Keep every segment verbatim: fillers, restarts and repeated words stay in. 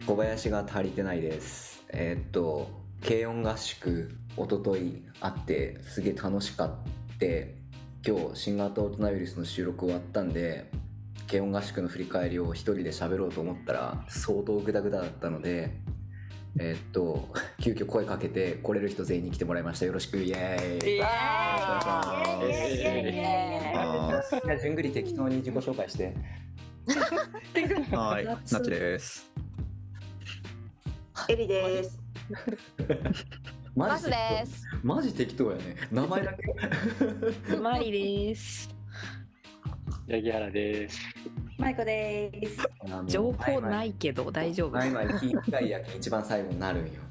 小林が足りてないです。えーっと軽音合宿一昨日あってすげえ楽しかった。今日新型コロナウイルスの収録終わったんで軽音合宿の振り返りを一人で喋ろうと思ったら相当グダグダだったので、えーっと急遽声かけて来れる人全員に来てもらいました。よろしくイエーイ。 イエーイイエーイイエーイイエーイ。 じゃあ順繰り適当に自己紹介して。 はい、なっちです。 エリです。 マスです。 マジ適当やね。名前だけ。 マリです。 ヤギハラです。 マイコです。 情報ないけど大丈夫。 マイマイ聞きたいやけん一番最後になるんよ。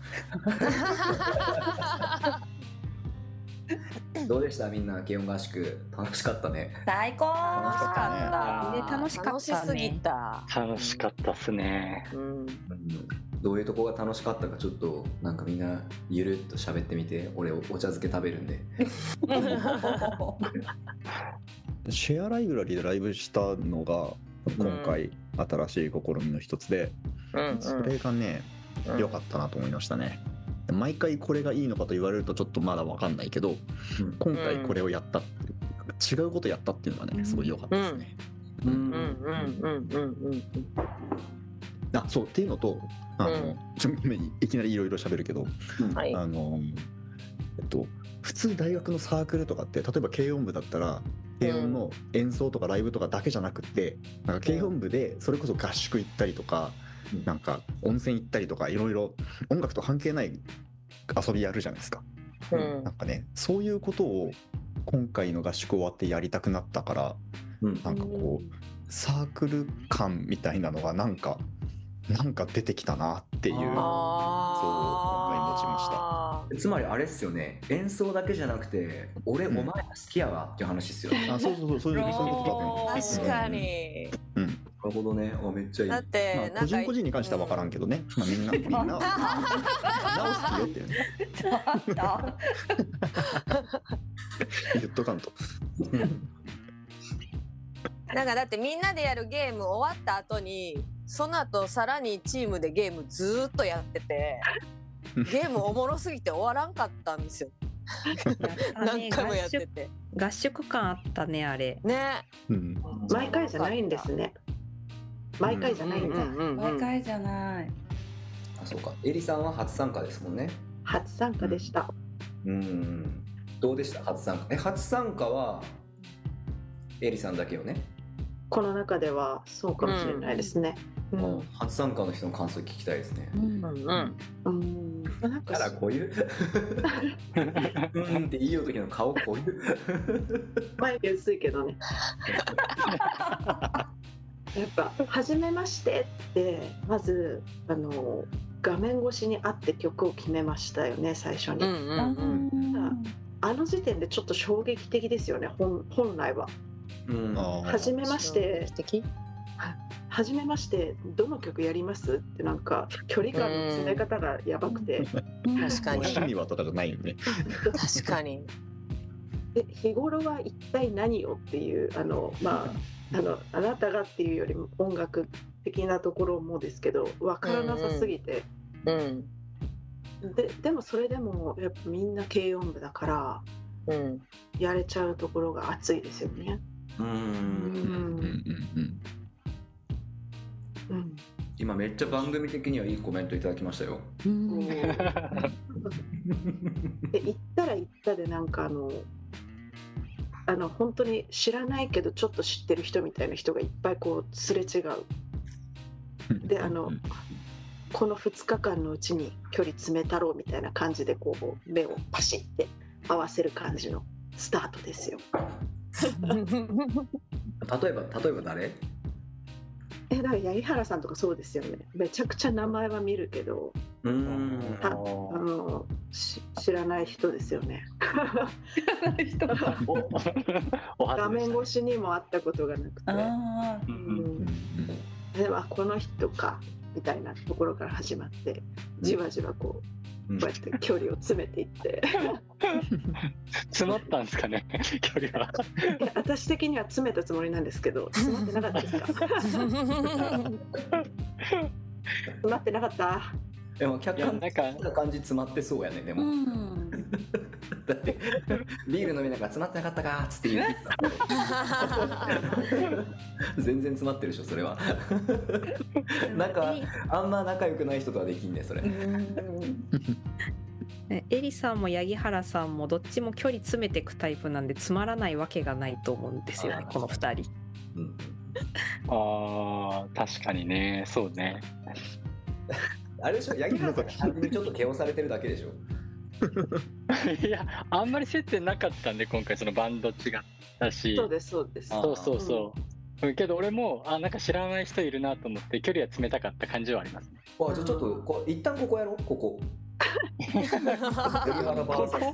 どうでしたみんな軽音合宿。楽しかったね。 最高。 楽しかった。 ね、楽しかったね。 楽しすぎた。 楽しかったっすね。 うん。 どういうとこが楽しかったかちょっとなんかみんなゆるっと喋ってみて。俺お茶漬け食べるんで。 シェアライブラリーでライブしたのが今回新しい試みの一つで、 うんうん、 それがね良、うん、かったなと思いましたね。毎回これがいいのかと言われるとちょっとまだ分かんないけど、うん、今回これをやったっていう、うん、違うことやったっていうのがねすごい良かったですね。 うんうんうんうんうんうん。 あ、そうっていうのと、あの、うん、ちょごめんいきなりいろいろ喋るけど、 はい、 あのえっと普通大学のサークルとかって例えば軽音部だったら軽音の演奏とかライブとかだけじゃなくて、なんか軽音部でそれこそ合宿行ったりとか、うん、なんか温泉行ったりとかいろいろ音楽と関係ない遊びやるじゃないですか、うん、なんかねそういうことを今回の合宿終わってやりたくなったから、うん、なんかこうサークル感みたいなのがなんかなんか出てきたなっていうそう今回持ちました。 つまりあれっすよね、演奏だけじゃなくて俺、うん、お前が好きやわっていう話っすよね。 あ、そうそうそうそういうそういうことだね。確かに、 うんうん、 なるほどね。あ、めっちゃいい。 だって、 まあ、個人個人に関しては分からんけどね、うん、まあ、みんなみんなみんな好きよっていうね言っとかんとなんかだってみんなでやるゲーム終わった後にその後さらにチームでゲームずーっとやっててゲームおもろすぎて終わらんかったんですよ。何回もやってて合宿感あったねあれね、 うん、毎回じゃないんですね。毎回じゃないんだ、うんうんうん、毎回じゃない。 あ、そうか。エリさんは初参加ですもんね。 初参加でした。 うん、うん、どうでした初参加。え、初参加はエリさんだけよね。 この中ではそうかもしれないですね、 うんうん、初参加の人の感想聞きたいですね。 うんうんうん。 なんかからこういううんっていいよ時の顔こういう眉毛薄いけどねやっぱ初めましてってまずあの画面越しに会って曲を決めましたよね最初に、うんうんうん、あの時点でちょっと衝撃的ですよね 本, 本来は、うん、初めまして初めましてどの曲やりますってなんか距離感の詰め方がやばくて、 確かに趣味はとかじゃないよね確かにで日頃は一体何をっていうあのまああのあなたがっていうよりも音楽的なところもですけど分からなさすぎて、うんうん、で, でもそれでもやっぱみんな軽音部だから、うん、やれちゃうところが熱いですよね。うんうんうんうん、今めっちゃ番組的にはいいコメントいただきましたよ。うんで行ったら行ったでなんかあのあの本当に知らないけどちょっと知ってる人みたいな人がいっぱいこうすれ違う。であのこのふつかかんのうちに距離詰めたろうみたいな感じでこう目をパシッて合わせる感じのスタートですよ。 例えば例えば誰？ えだから八木原さんとかそうですよね。めちゃくちゃ名前は見るけどうーんああの知らない人ですよね。画面越しにも会ったことがなくて、あ、うん、でもこの人かみたいなところから始まってじわじわこうこうやって距離を詰めていって詰まったんですかね距離は。 私的には詰めたつもりなんですけど詰まってなかったですか詰まってなかった。 でも客観いやなんかな感じ詰まってそうやね。でも、 うん、 だってビール飲みながら詰まってなかったかっつって言う全然詰まってるでしょそれは。なんかあんま仲良くない人とはできんねそれ。 エリさんも八木原さんもどっちも距離詰めていくタイプなんでつまらないわけがないと思うんですよねこのふたり。 うん、 あー確かにね、そうね。 あれでしょ、八木原さんが単純にちょっと毛をされてるだけでしょ。 いやあんまり接点なかったんで今回そのバンド違ったし。 そうですそうです。 そうそうそう、うん、けど俺もあなんか知らない人いるなと思って距離は詰めたかった感じはありますね。 あじゃあちょっとこう一旦ここやろう、ここ。八木原バーサス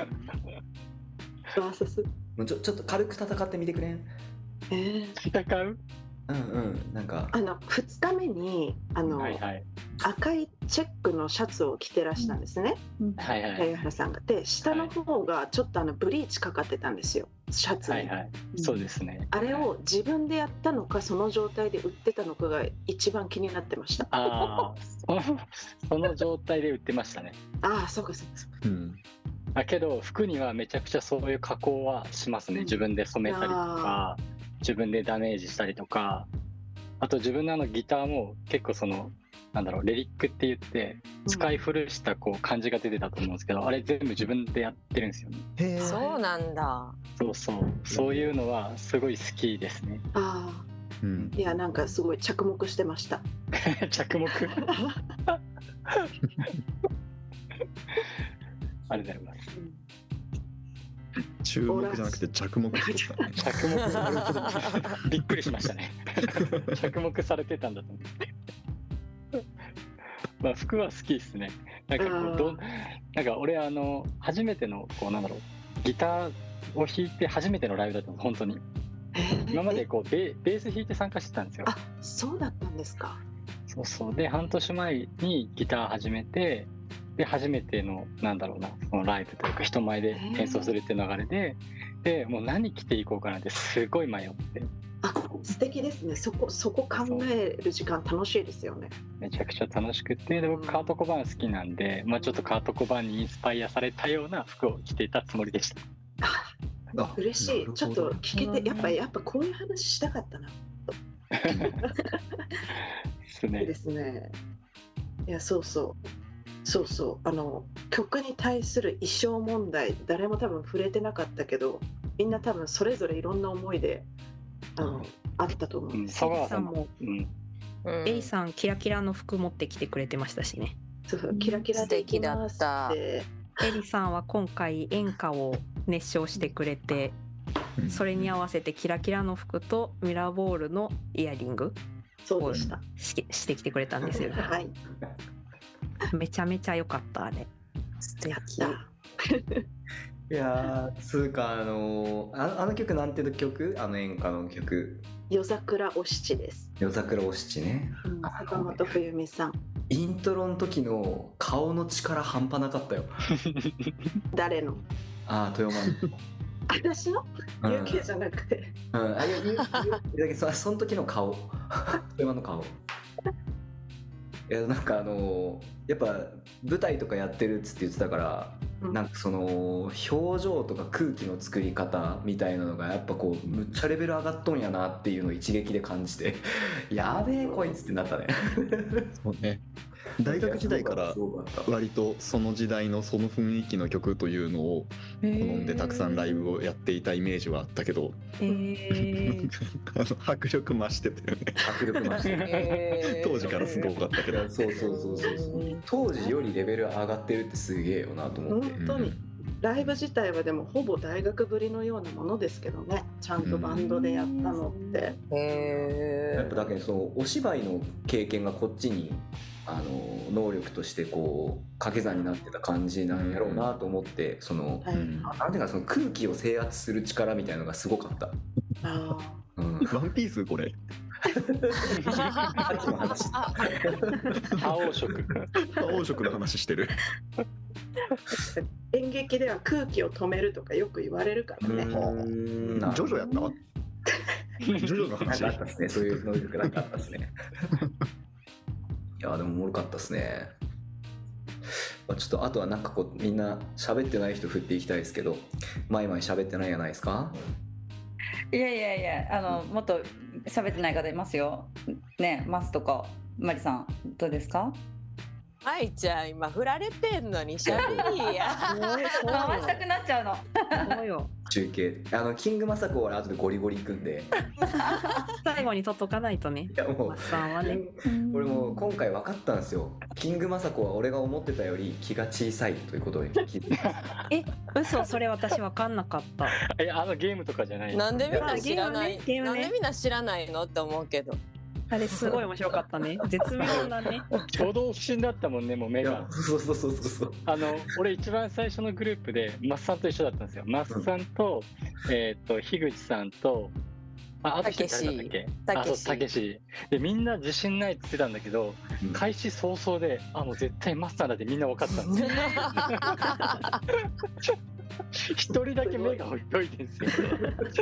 バーサスちょちょっと軽く戦ってみてくれん？ えー、 戦う？ うんうんなんかあのふつかめにあの、 はいはい、 赤いチェックのシャツを着てらしたんですね、 はいはい、 八木原さんが。で下の方がちょっとあのブリーチかかってたんですよシャツに、 はいはい、そうですね。 あれを自分でやったのかその状態で売ってたのかが一番気になってました。 ああその状態で売ってましたね。 ああそうかそうかそうか、 うん、 だけど服にはめちゃくちゃそういう加工はしますね。自分で染めたりとか自分でダメージしたりとか、あと自分のあのギターも結構そのなんだろうレリックって言って使い古したこう感じが出てたと思うんですけど、うん、あれ全部自分でやってるんですよね。 へーそうなんだ。 そうそうそういうのはすごい好きですね。 ああ、うん、いやなんかすごい着目してました。 着目ありがとうございます。 注目じゃなくて着目してた、ね、 着目されてびっくりしましたね。着目されてたんだと思って。まあ服は好きですね。なんかこうどなんか俺あの初めてのこうなんだろうギターを弾いて初めてのライブだったの本当に。今までこう ベ, ベース弾いて参加してたんですよ。 あ、そうだったんですか。 そうそうで半年前にギター始めて。で初めてのなんだろうなそのライブというか人前で演奏するっていう流れで、でもう何着ていこうかなってすごい迷って。 あ、素敵ですね。そこそこ考える時間楽しいですよね。 めちゃくちゃ楽しくて、で僕カート・コバーン好きなんで、まあ、ちょっとカート・コバーンにインスパイアされたような服を着ていたつもりでした。 あ、嬉しい。ちょっと聞けてやっぱやっぱこういう話したかったな。 ですね。 いいですね。いやそうそう。そうそうあの曲に対する衣装問題誰も多分触れてなかったけどみんな多分それぞれいろんな思いであの、うん、あったと思うんです。 エリさんも、うんエリさんキラキラの服持ってきてくれてましたしね。 そうキラキラできま素敵だった。 エリさんは今回演歌を熱唱してくれて、それに合わせてキラキラの服とミラーボールのイヤリングを し, し, してきてくれたんですよ。 はいめちゃめちゃ良かったあれ。 素敵。 いやーつうかあのー、あ, あの曲なんていう曲？あの演歌の曲。 夜桜お七です。 夜桜お七ね。 うん、坂本冬美さん。 イントロの時の顔の力半端なかったよ。 誰の？ ああ豊満。 私の？うん、ユキじゃなくて。 うん。あいやユキだけどその時の顔。豊満の顔。いやなんかあのやっぱ舞台とかやってるっつって言ってたから、うん、なんかその表情とか空気の作り方みたいなのがやっぱこうむっちゃレベル上がっとんやなっていうのを一撃で感じてやべえこいつってなったね。 そうね。大学時代から割とその時代のその雰囲気の曲というのを好んでたくさんライブをやっていたイメージはあったけど、 えー、 あの迫力増してたよね。 迫力増してた、 えー、当時からすごかったけど、 そうそうそうそうそう当時よりレベル上がってるってすげえよなと思って。 本当に、うん、ライブ自体はでもほぼ大学ぶりのようなものですけどね。ちゃんとバンドでやったのって、 うん、へやっぱだけどそのお芝居の経験がこっちにあの能力としてこう掛け算になってた感じなんやろうなと思って、その、はい、なんていうかその空気を制圧する力みたいなのがすごかった。 あ、 うん、ワンピースこれ。 覇王色覇王色の話してる。 演劇では空気を止めるとかよく言われるからね。 ジョジョやったジョジョの話なんかあったですね。そういう能力なんかあったですね。いやでもおもろかったですね。まあちょっとあとはなんかこうみんな喋ってない人振っていきたいですけど、マイマイ喋ってないじゃないですか。 いやいやいや、あのもっと喋ってない方いますよね。マスとかマリさんどうですか？ 舞ちゃん今振られてんのにしゃべりや回したくなっちゃうの。 そうよ。 中継あのキングマサコは後でゴリゴリ行くんで最後に取っとかないとね。 いやもうマッサンはね。 俺もう今回分かったんですよ。キングマサコは俺が思ってたより気が小さいということを聞いてえ、嘘、それ私分かんなかった。 え、あのゲームとかじゃないなんでみんな知らない、 ゲームねゲームねなんでみんな知らないのって思うけど、 あれすごい面白かったね。絶妙だね。 挙動不審だったもんね、もう目がいや。そうそうそうそうそう。 あの俺一番最初のグループでマッサンと一緒だったんですよ。マッサンと、うん、えっ、ー、と樋口さんとああと誰だったっけ？あとたけしでみんな自信ないって言ってたんだけど、うん、開始早々であもう絶対マッサンだってみんな分かったんですよ。一人だけ目が泳いでんですよ。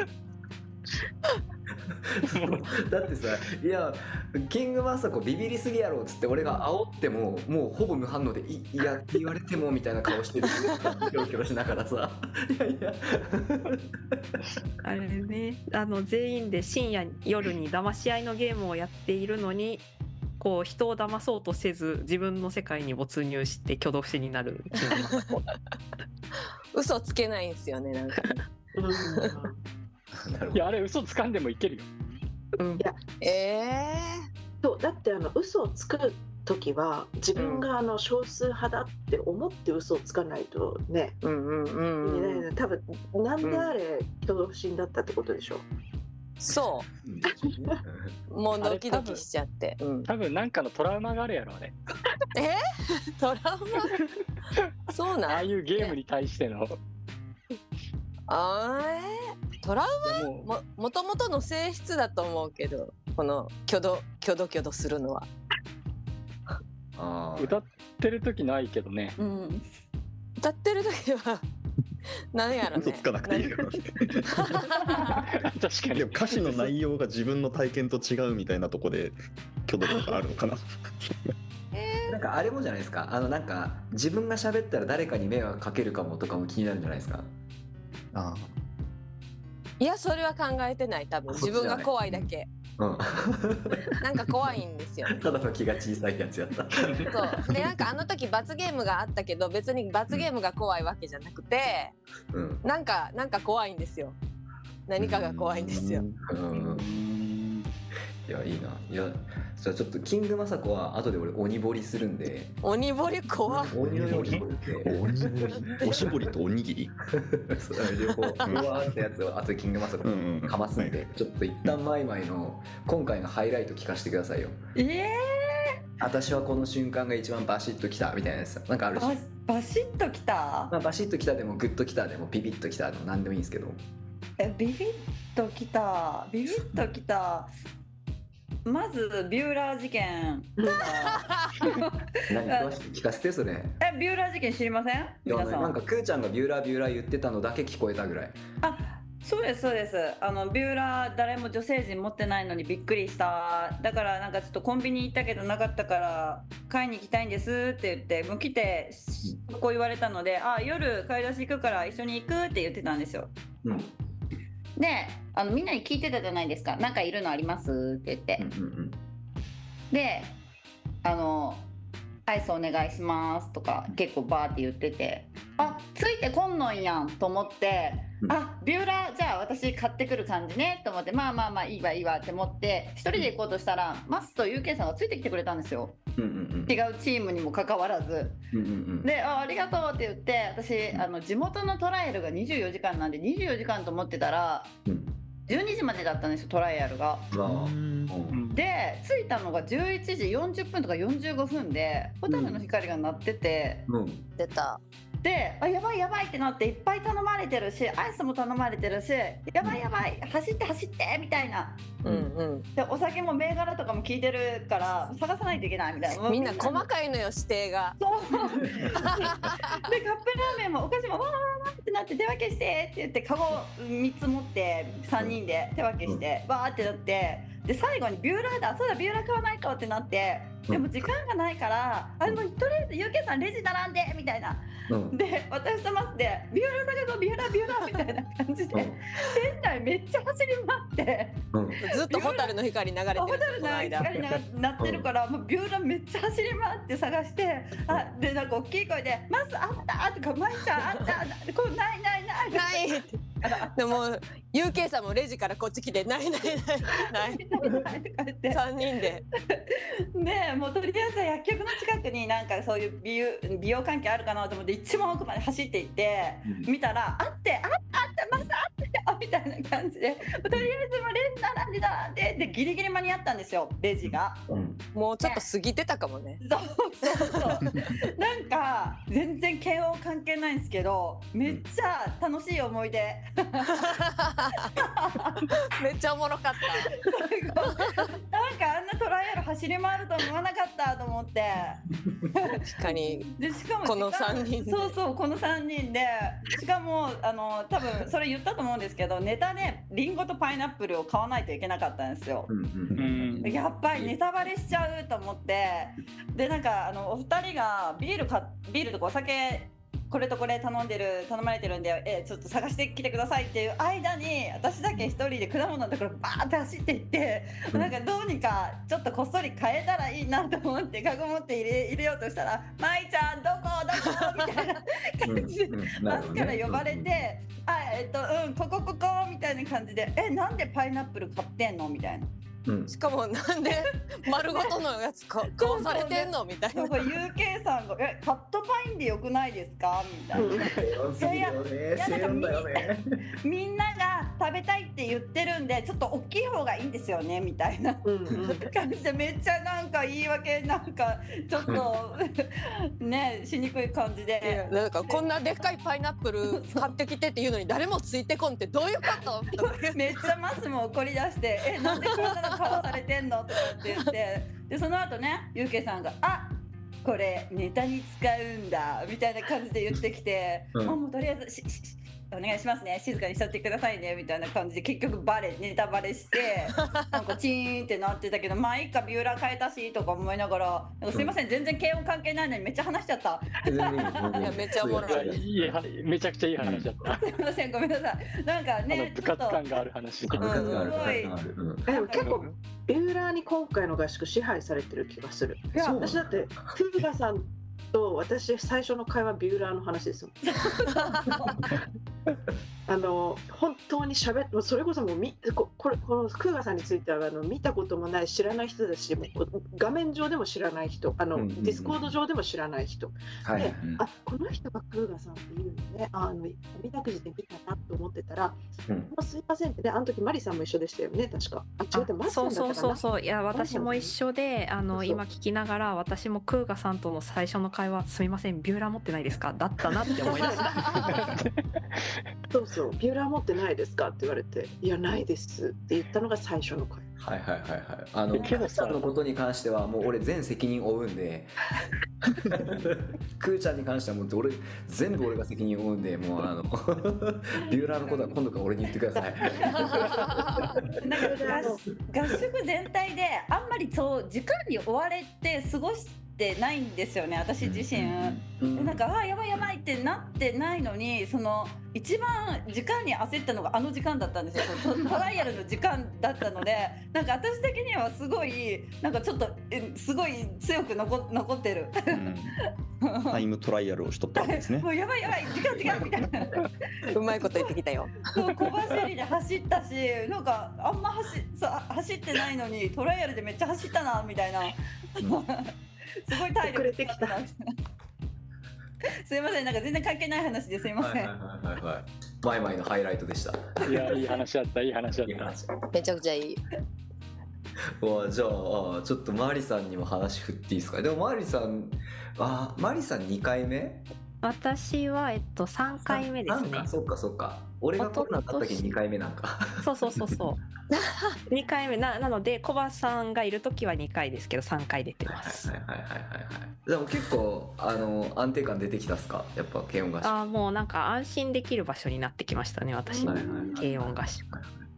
だってさ、いやキングマサコビビりすぎやろっつって俺が煽ってももうほぼ無反応で い, いや言われてもみたいな顔してるキョロキョロしながらさいやいやあれね、あの全員で深夜夜に騙し合いのゲームをやっているのにこう人を騙そうとせず自分の世界に没入して挙動不審になるキングマサコ嘘つけないんですよねなんかいやあれ嘘つかんでもいけるよ。 うん、 いやえー、そうだってあの嘘をつく時は自分があの少数派だって思って嘘をつかないとね、 うんうんうんうん、 ね、多分なんであれ挙動不審だったってことでしょ。 そう、もうドキドキしちゃって、 多分、多分なんかのトラウマがあるやろあれ。 えトラウマそうなん？ ああいうゲームに対してのあートラウマももともとの性質だと思うけど、このキョドキョドキョドするのはあ歌ってる時ないけどね、 うん、 歌ってる時は何やろね、 嘘つかなくていいからね確かに。 でも歌詞の内容が自分の体験と違うみたいなとこで挙動とかあるのかななんかあれもじゃないですか、あのなんか自分が喋ったら誰かに迷惑かけるかもとかも気になるんじゃないですか。 あいやそれは考えてない、多分自分が怖いだけ、 うん、 なんか怖いんですよ、ね、 ただの気が小さいやつやったそうでなんかあの時罰ゲームがあったけど別に罰ゲームが怖いわけじゃなくて、うん、なんかなんか怖いんですよ、何かが怖いんですよ、 うんうん、いやいいな。いやじゃあちょっとキングマサコは後で俺鬼掘りするんで。 鬼掘り怖っ。 鬼掘りって鬼掘りおしぼりとおにぎりそれ両方うわーってやつを後でキングマサコかますんで、うんうん、ちょっと一旦マイマイの今回のハイライト聞かせてくださいよ。 えー、 私はこの瞬間が一番バシッときたみたいなやつなんかあるし、 バ, バシッときた、 まあ、バシッときたでもグッときたでもビビッときたでも何でもいいんですけど。 えビビッときたビビッときたまずビューラー事件何詳しく聞かせてそれ。 えビューラー事件知りません？皆さん。 なんかクーちゃんがビューラービューラー言ってたのだけ聞こえたぐらい。 あそうですそうです。あのビューラー誰も女性陣持ってないのにびっくりした。だからなんかちょっとコンビニ行ったけどなかったから買いに行きたいんですって言ってもう来てこう言われたので、あ夜買い出し行くから一緒に行くって言ってたんですよ、うん、であのみんなに聞いてたじゃないですか。なんかいるのありますって言って、うんうんうん、であのアイスお願いしますとか結構バーって言ってて、あついてこんのんやんと思って、うん、あビューラーじゃあ私買ってくる感じねと思って、まあまあまあいいわいいわって思って一人で行こうとしたらマスとユーケンさんがついてきてくれたんですよ、うんうんうん、違うチームにもかかわらず、うんうんうん、で あ, ありがとうって言って私あの地元のトライアルがにじゅうよじかんなんでにじゅうよじかんと思ってたら、うんじゅうにじまでだったんですよトライアルが。で着いたのがじゅういちじよんじゅっぷんとかよんじゅうごふんでホタルの光が鳴ってて、うん、 出たであやばいやばいってなっていっぱい頼まれてるしアイスも頼まれてるしやばいやばい走って走ってみたいな、うんうん、でお酒も銘柄とかも聞いてるから探さないといけないみたいな。 みんな細かいのよ指定が。 そうでカップラーメンもお菓子もわーってなって手分けしてって言ってカゴみっつ持ってさんにんで手分けしてわーってなってで最後にビューラーだそうだビューラー買わないとってなってでも時間がないからあのとりあえず ユーケー さんレジ並んでみたいな、うん、で私とマスでビューラー探そうビューラービューラーみたいな感じで、うん、店内めっちゃ走り回って、うん、 ずっとホタルの光流れてるホタルの光が鳴ってるから、うん、もうビューラーめっちゃ走り回って探してあでなんか大きい声で「マスあった!」とか「マイちゃんあった!」これないないないないってでも ユーケー さんもレジからこっち来てないないないないさんにんででもうとりあえず薬局の近くになんかそういう美容、美容関係あるかなと思って一番奥まで走っていって、うん、見たらあってあったあったまさあってあみたいな感じでとりあえずもうレジ並んで並んででギリギリ間に合ったんですよレジが、 うん、もうちょっと過ぎてたかもねそうそうそうなんか全然検温関係ないんですけどめっちゃ楽しい思い出めっちゃおもろかったなんかあんなトライアル走り回ると思わなかったと思って確かにでしかもこのさんにんでそうそうこのさんにんでしかもあの多分それ言ったと思うんですけどネタでリンゴとパイナップルを買わないといけなかったんですよ、うん、やっぱりネタバレしちゃうと思ってでなんかあのお二人がビールかビールとかお酒これとこれ頼んでる頼まれてるんで、えー、ちょっと探してきてくださいっていう間に私だけ一人で果物のところバーって走っていって、うん、なんかどうにかちょっとこっそり買えたらいいなと思ってカゴ持って入れ入れようとしたら「まいちゃんどこどこ」みたいな感じで、うんうん、バスから呼ばれて「あえっとうんここここ」みたいな感じで「えなんでパイナップル買ってんの?」みたいな。 うん、しかもなんで丸ごとのやつか買わされてんのみたいな。 ユーケー さんがえカットパインでよくないですかみたいな。いやいやなんかみんなが食べたいって言ってるんでちょっと大きい方がいいんですよねみたいな感じでめっちゃなんか言い訳なんかちょっとねしにくい感じで。 なんかこんなでっかいパイナップル買ってきてっていうのに誰もついてこんってどういうことめっちゃマスも怒り出してえなんでこんなの買わされてんのとかって言ってでその後ねゆうけいさんがあこれネタに使うんだみたいな感じで言ってきて、うん、もうとりあえずしししお願いしますね静かにしちゃってくださいねみたいな感じで結局バレネタバレしてなんかチーンってなってたけどまあいいかビューラー変えたしとか思いながらなんかすいません、うん、全然軽音関係ないのにめっちゃ話しちゃったいやめっちゃおもろいいやめちゃくちゃいい話だったすいませんごめんなさいなんかね部活感がある話部活感あるでも結構ビューラーに今回の合宿支配されてる気がするいや私だってフーガさんと私最初の会話ビューラーの話ですよあの本当に喋ってそれこそもうみここれこのクーガさんについてはあの見たこともない知らない人だし画面上でも知らない人あの、うんうんうん、ディスコード上でも知らない人、はいで、うん、あこの人がクーガさんっていうのねあの見たくじで見たなと思ってたら、うん、もうすいませんってねあの時マリさんも一緒でしたよね確かあ違ってマリさんだったかなそうそうそうそういや私も一緒であの今聞きながら私もクーガさんとの最初の会話すみませんビューラー持ってないですかだったなって思いましたそうそうビューラー持ってないですかって言われていやないですって言ったのが最初の回はいはいはいはいあのクーさんのことに関してはもう俺全責任負うんでクーちゃんに関してはもう俺全部俺が責任を負うんでもうあのビューラーのことは今度から俺に言ってくださいなんか合宿全体であんまりそう時間に追われて過ごしてないんですよね私自身、うん、なんかあやばいやばいってなってないのにその一番時間に焦ったのがあの時間だったんですよトライアルの時間だったのでなんか私的にはすごいなんかちょっとすごい強く 残, 残ってる、 うん、タイムトライアルをしとったわけですねもうやばいやばい時間時間みたいなうまいこと言ってきたよそう小走りで走ったしなんかあんま 走, そう走ってないのにトライアルでめっちゃ走ったなみたいな、うんすごい体力てきたすいませんなんか全然関係ない話ですいません、はいはいはいはい、 マイマイのハイライトでしたいやいい話だったいい話だっためちゃくちゃいいわじゃあちょっとマリさんにも話振っていいですかでもマリさんあマリさんにかいめ私はえっとさんかいめですねそっかそっか俺がコロナだった時にかいめなんかそうそうそうそうにかいめ な, なのでコバさんがいる時はにかいですけどさんかい出てますはいはいはいはいはいでも結構あの安定感出てきたっすかやっぱ軽音合宿あもうなんか安心できる場所になってきましたね私の軽音合宿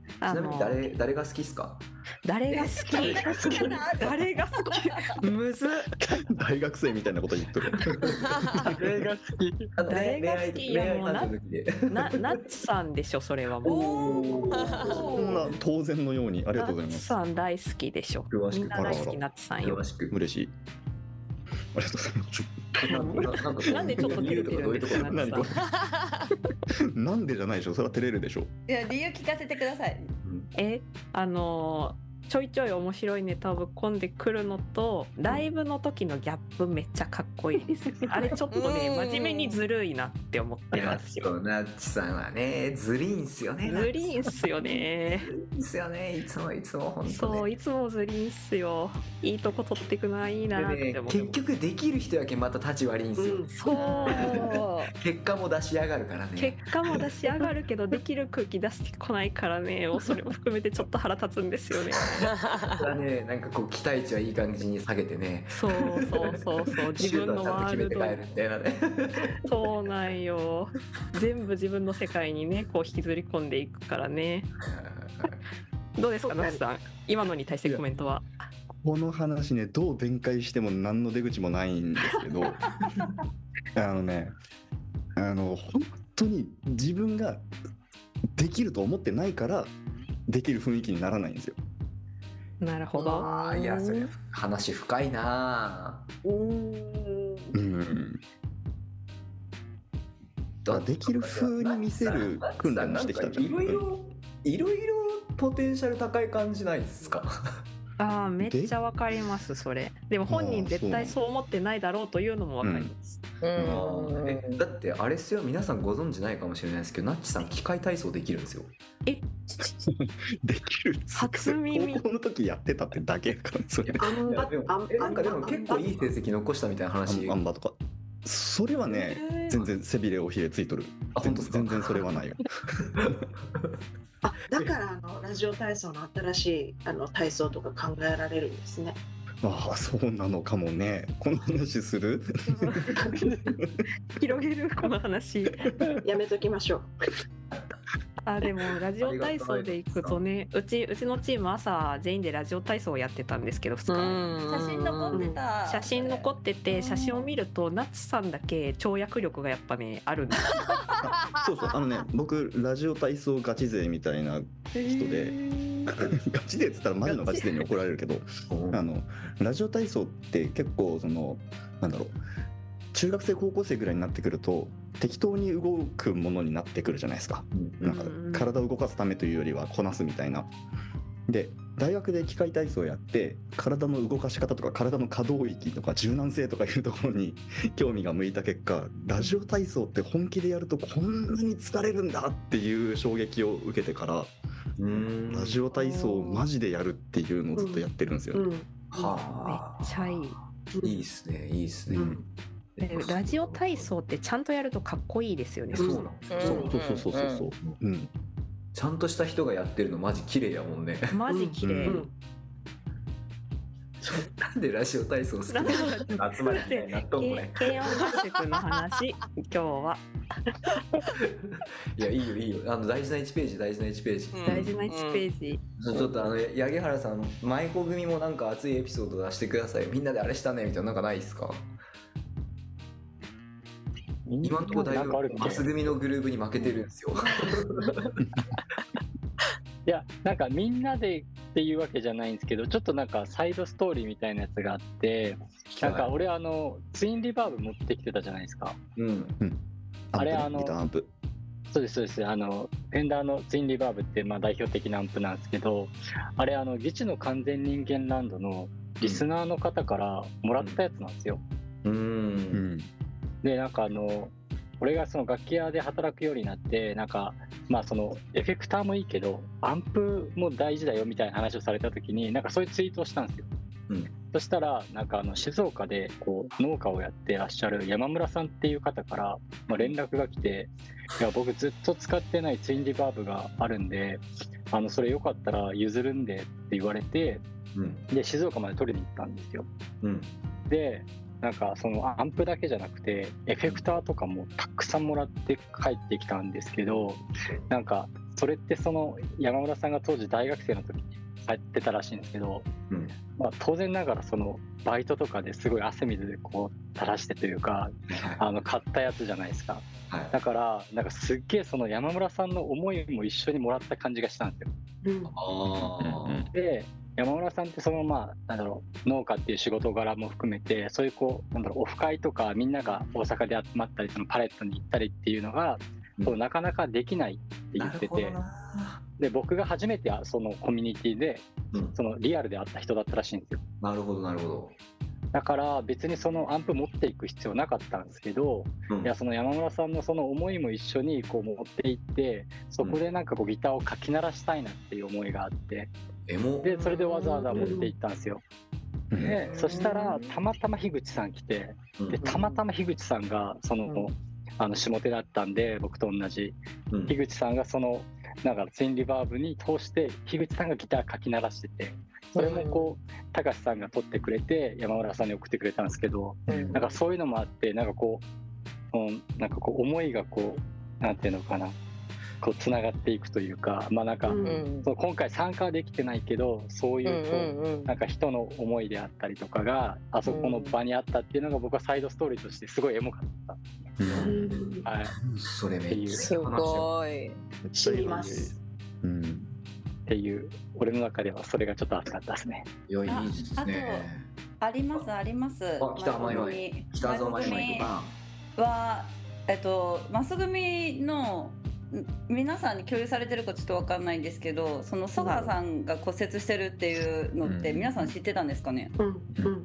ちなみに誰誰が好きっすか？ 誰が好き？誰が好き？誰が好き？むずっ。 大学生みたいなこと言ってる。 誰が好き？ 誰が好き？いやもうななナッチさんでしょそれはもう。 そんな当然のようにありがとうございます。 ナッチさん大好きでしょ。みんな大好きナッチさんよ。 嬉しい。ありがとうございます。 なんでちょっと照れてるんですか？ 何これなんでじゃないでしょ。それは照れるでしょ。 いや理由聞かせてください。 えあのーちょいちょい面白いネタをぶっ込んでくるのとライブの時のギャップめっちゃかっこいいです。あれちょっとね真面目にずるいなって思ってますよ。 ナッチさんはねずりんすよね。 ずりんすよね。 ずりんすよね。いつもいつも本当ね。 そういつもずりんすよ。いいとこ取ってくのはいいなって思って、 ね、結局できる人やけんまた立ち悪いんすよ、うん、 そう結果も出し上がるからね。 結果も出し上がるけどできる空気出してこないからねそれも含めてちょっと腹立つんですよね。 だね、なんかこう期待値はいい感じに下げてね。 そうそうそうそう自分のワールド決めて帰るみたいなね。 そうなんよ。全部自分の世界にねこう引きずり込んでいくからね。どうですかナツさん今のに対してコメントは。 この話ねどう展開しても何の出口もないんですけどあのねあの本当に自分ができると思ってないからできる雰囲気にならないんですよ。 なるほど。 あいやそれ話深いな。 うんうんだできる風に見せる訓練にしてきたんじゃん。 いろいろいろいろポテンシャル高い感じないですか？ ああめっちゃわかりますそれ。でも本人絶対そう思ってないだろうというのもわかります。 うん、えだってあれっすよ皆さんご存知ないかもしれないですけどナッチさん機械体操できるんですよ。 えできる初耳。 高校の時やってたってだけかそれ。 あんばでもえなんかでも結構いい成績残したみたいな話。 あんばとかそれはね全然背びれおひれついとる。 あ本当ですか？ 全然それはないよ。 あだからあのラジオ体操の新しいあの体操とか考えられるんですね。 ああそうなのかもね。この話する広げるこの話やめときましょう。 あでもラジオ体操で行くとねうちうちのチーム朝全員でラジオ体操をやってたんですけどふつか写真残ってた。 写真残ってて写真を見るとナッツさんだけ跳躍力がやっぱねあるんですよ。 そうそうあのね僕ラジオ体操ガチ勢みたいな人でガチ勢っつったらマジのガチ勢に怒られるけどあのラジオ体操って結構そのなんだろう中学生高校生ぐらいになってくると適当に動くものになってくるじゃないですか。なんか体を動かすためというよりはこなすみたいな。で大学で機械体操をやって体の動かし方とか体の可動域とか柔軟性とかいうところに興味が向いた結果ラジオ体操って本気でやるとこんなに疲れるんだっていう衝撃を受けてからうんラジオ体操をマジでやるっていうのをずっとやってるんですよ、うんうん、 はあめっちゃいいいいっすねいいっすね、うんラジオ体操ってちゃんとやるとかっこいいですよね。 そうなの、 そうそうそうそうそう、うん、 ちゃんとした人がやってるのマジ綺麗やもんね。 マジ綺麗、うん、 なんでラジオ体操好きなの集まりみたいになっとんこれ。 軽音合宿の話今日はいやいいよいいよあの大事ないちページ大事ないちページ、 うん、大事ないちページ、 うん、ちょっとあの八木原さん舞子組もなんか熱いエピソード出してください。みんなであれしたねみたいななんかないですか？今のところだいぶマス組のグループに負けてるんですよ。 いやなんかみんなでっていうわけじゃないんですけどちょっとなんかサイドストーリーみたいなやつがあってなんか俺あのツインリバーブ持ってきてたじゃないですか。 うん、うん、 あれあのギターアンプそうですそうですあのフェンダーのツインリバーブってまあ代表的なアンプなんですけどあれあのギチの完全人間ランドのリスナーの方からもらったやつなんですよ。 うん、うんでなんかあの俺がその楽器屋で働くようになってなんかまあそのエフェクターもいいけどアンプも大事だよみたいな話をされた時になんかそういうツイートをしたんですよ、うん、そしたらなんかあの静岡でこう農家をやってらっしゃる山村さんっていう方からまあ連絡が来ていや僕ずっと使ってないツインリバーブがあるんであのそれよかったら譲るんでって言われて、うん、で静岡まで取りに行ったんですよ、うん、でなんかそのアンプだけじゃなくてエフェクターとかもたくさんもらって帰ってきたんですけどなんかそれってその山村さんが当時大学生の時にやってたらしいんですけど、 うんまあ、当然ながらそのバイトとかですごい汗水でこう垂らしてというかあの買ったやつじゃないですか。 はい、 だからなんかすっげえその山村さんの思いも一緒にもらった感じがしたんですよ。 うんあで山村さんってそのまあなんだろう農家っていう仕事柄も含めてそういうこうなんだろうオフ会とかみんなが大阪で集まったりそのパレットに行ったりっていうのが、うん、こうなかなかできないって言ってて、で僕が初めてそのコミュニティで、うん、そのリアルで会った人だったらしいんですよ。 なるほどなるほど。 だから別にそのアンプ持っていく必要なかったんですけど、うん、いやその山村さんのその思いも一緒にこう持っていってそこでなんかこうギターをかき鳴らしたいなっていう思いがあって、うん、でそれでわざわざ持っていったんですよ。うん、でそしたらたまたま樋口さん来て、でたまたま樋口さんがその、うん、あの下手だったんで僕と同じ、うん、樋口さんがそのなんかツインリバーブに通して樋口さんがギターかき鳴らしてて、それもこう高橋さんが撮ってくれて山村さんに送ってくれたんですけど、なんかそういうのもあってなんかこう、うん、なんかこう思いがこうなんていうのかなこうつながっていくというか、まあなんか、うん、その今回参加はできてないけどそういうこう、うんうんうん、なんか人の思いであったりとかがあそこの場にあったっていうのが僕はサイドストーリーとしてすごいエモかった。うん、はい、 それめっちゃすごい知ります。 うん、っていう俺の中ではそれがちょっと熱かったですね。 いやいいですね。 ありますあります。 あ北浜今北沢前前はえっとマス組の皆さんに共有されてるかちょっと分かんないんですけど、その曽我さんが骨折してるっていうのって皆さん知ってたんですかね。うんうん、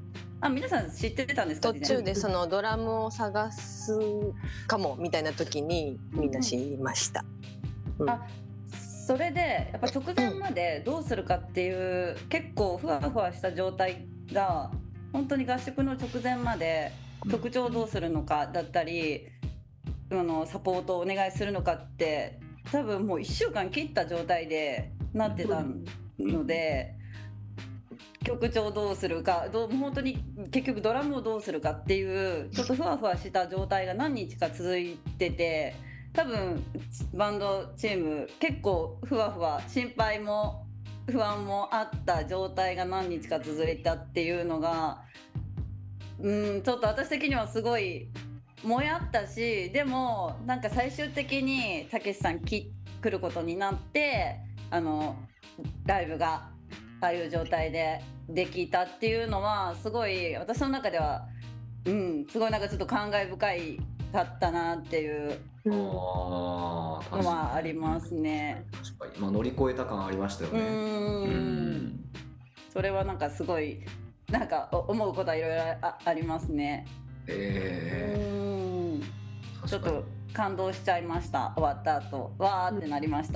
あ皆さん知ってたんですか。 途中でそのドラムを探すかもみたいな時にみんな知りました。 うん、あそれでやっぱ直前までどうするかっていう結構ふわふわした状態が本当に合宿の直前まで曲調をどうするのかだったり、あのサポートをお願いするのかって多分もういっしゅうかん切った状態でなってたので、曲調をどうするかどう本当に結局ドラムをどうするかっていうちょっとふわふわした状態が何日か続いてて、多分バンドチーム結構ふわふわ心配も不安もあった状態が何日か続いたっていうのがうんちょっと私的にはすごいもやったし、でもなんか最終的にたけしさん来ることになってあのライブがああいう状態でできたっていうのはすごい私の中ではうんすごいなんかちょっと感慨深いかったなっていうのはありますね。 確かに、まあ、乗り越えた感ありましたよね。うんうんそれはなんかすごいなんか思うことはいろいろ あ, ありますね。 えー、ちょっと感動しちゃいました。終わった後わーってなりました。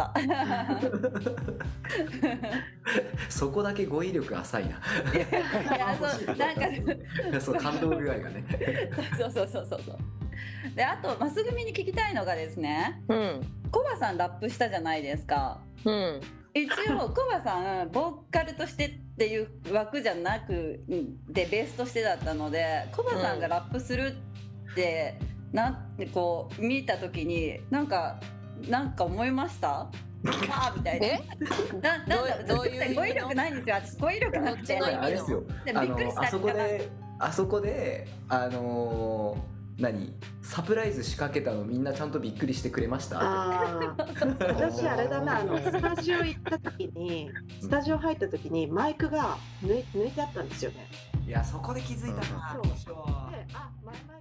そこだけ語彙力浅いな。 いやそうなんかそう感動具合がね。 そうそうそうそうそう。であとマス組に聞きたいのがですね、うん、コバさんラップしたじゃないですか。うん、一応コバさんボーカルとしてっていう枠じゃなくでベースとしてだったので、コバさんがラップするってなってこう見た時になんかなんか思いました？あーみたいな。ななんだどういう語彙力ないんですよ。私語彙力なくて。 あれですよ。びっくりした。あそこであそこであのー。何サプライズ仕掛けたのみんなちゃんとびっくりしてくれました？ あ私あれだなあのスタジオ行った時にスタジオ入った時にマイクが抜い、抜いてあったんですよね。 いやそこで気づいたな。 そうであ前々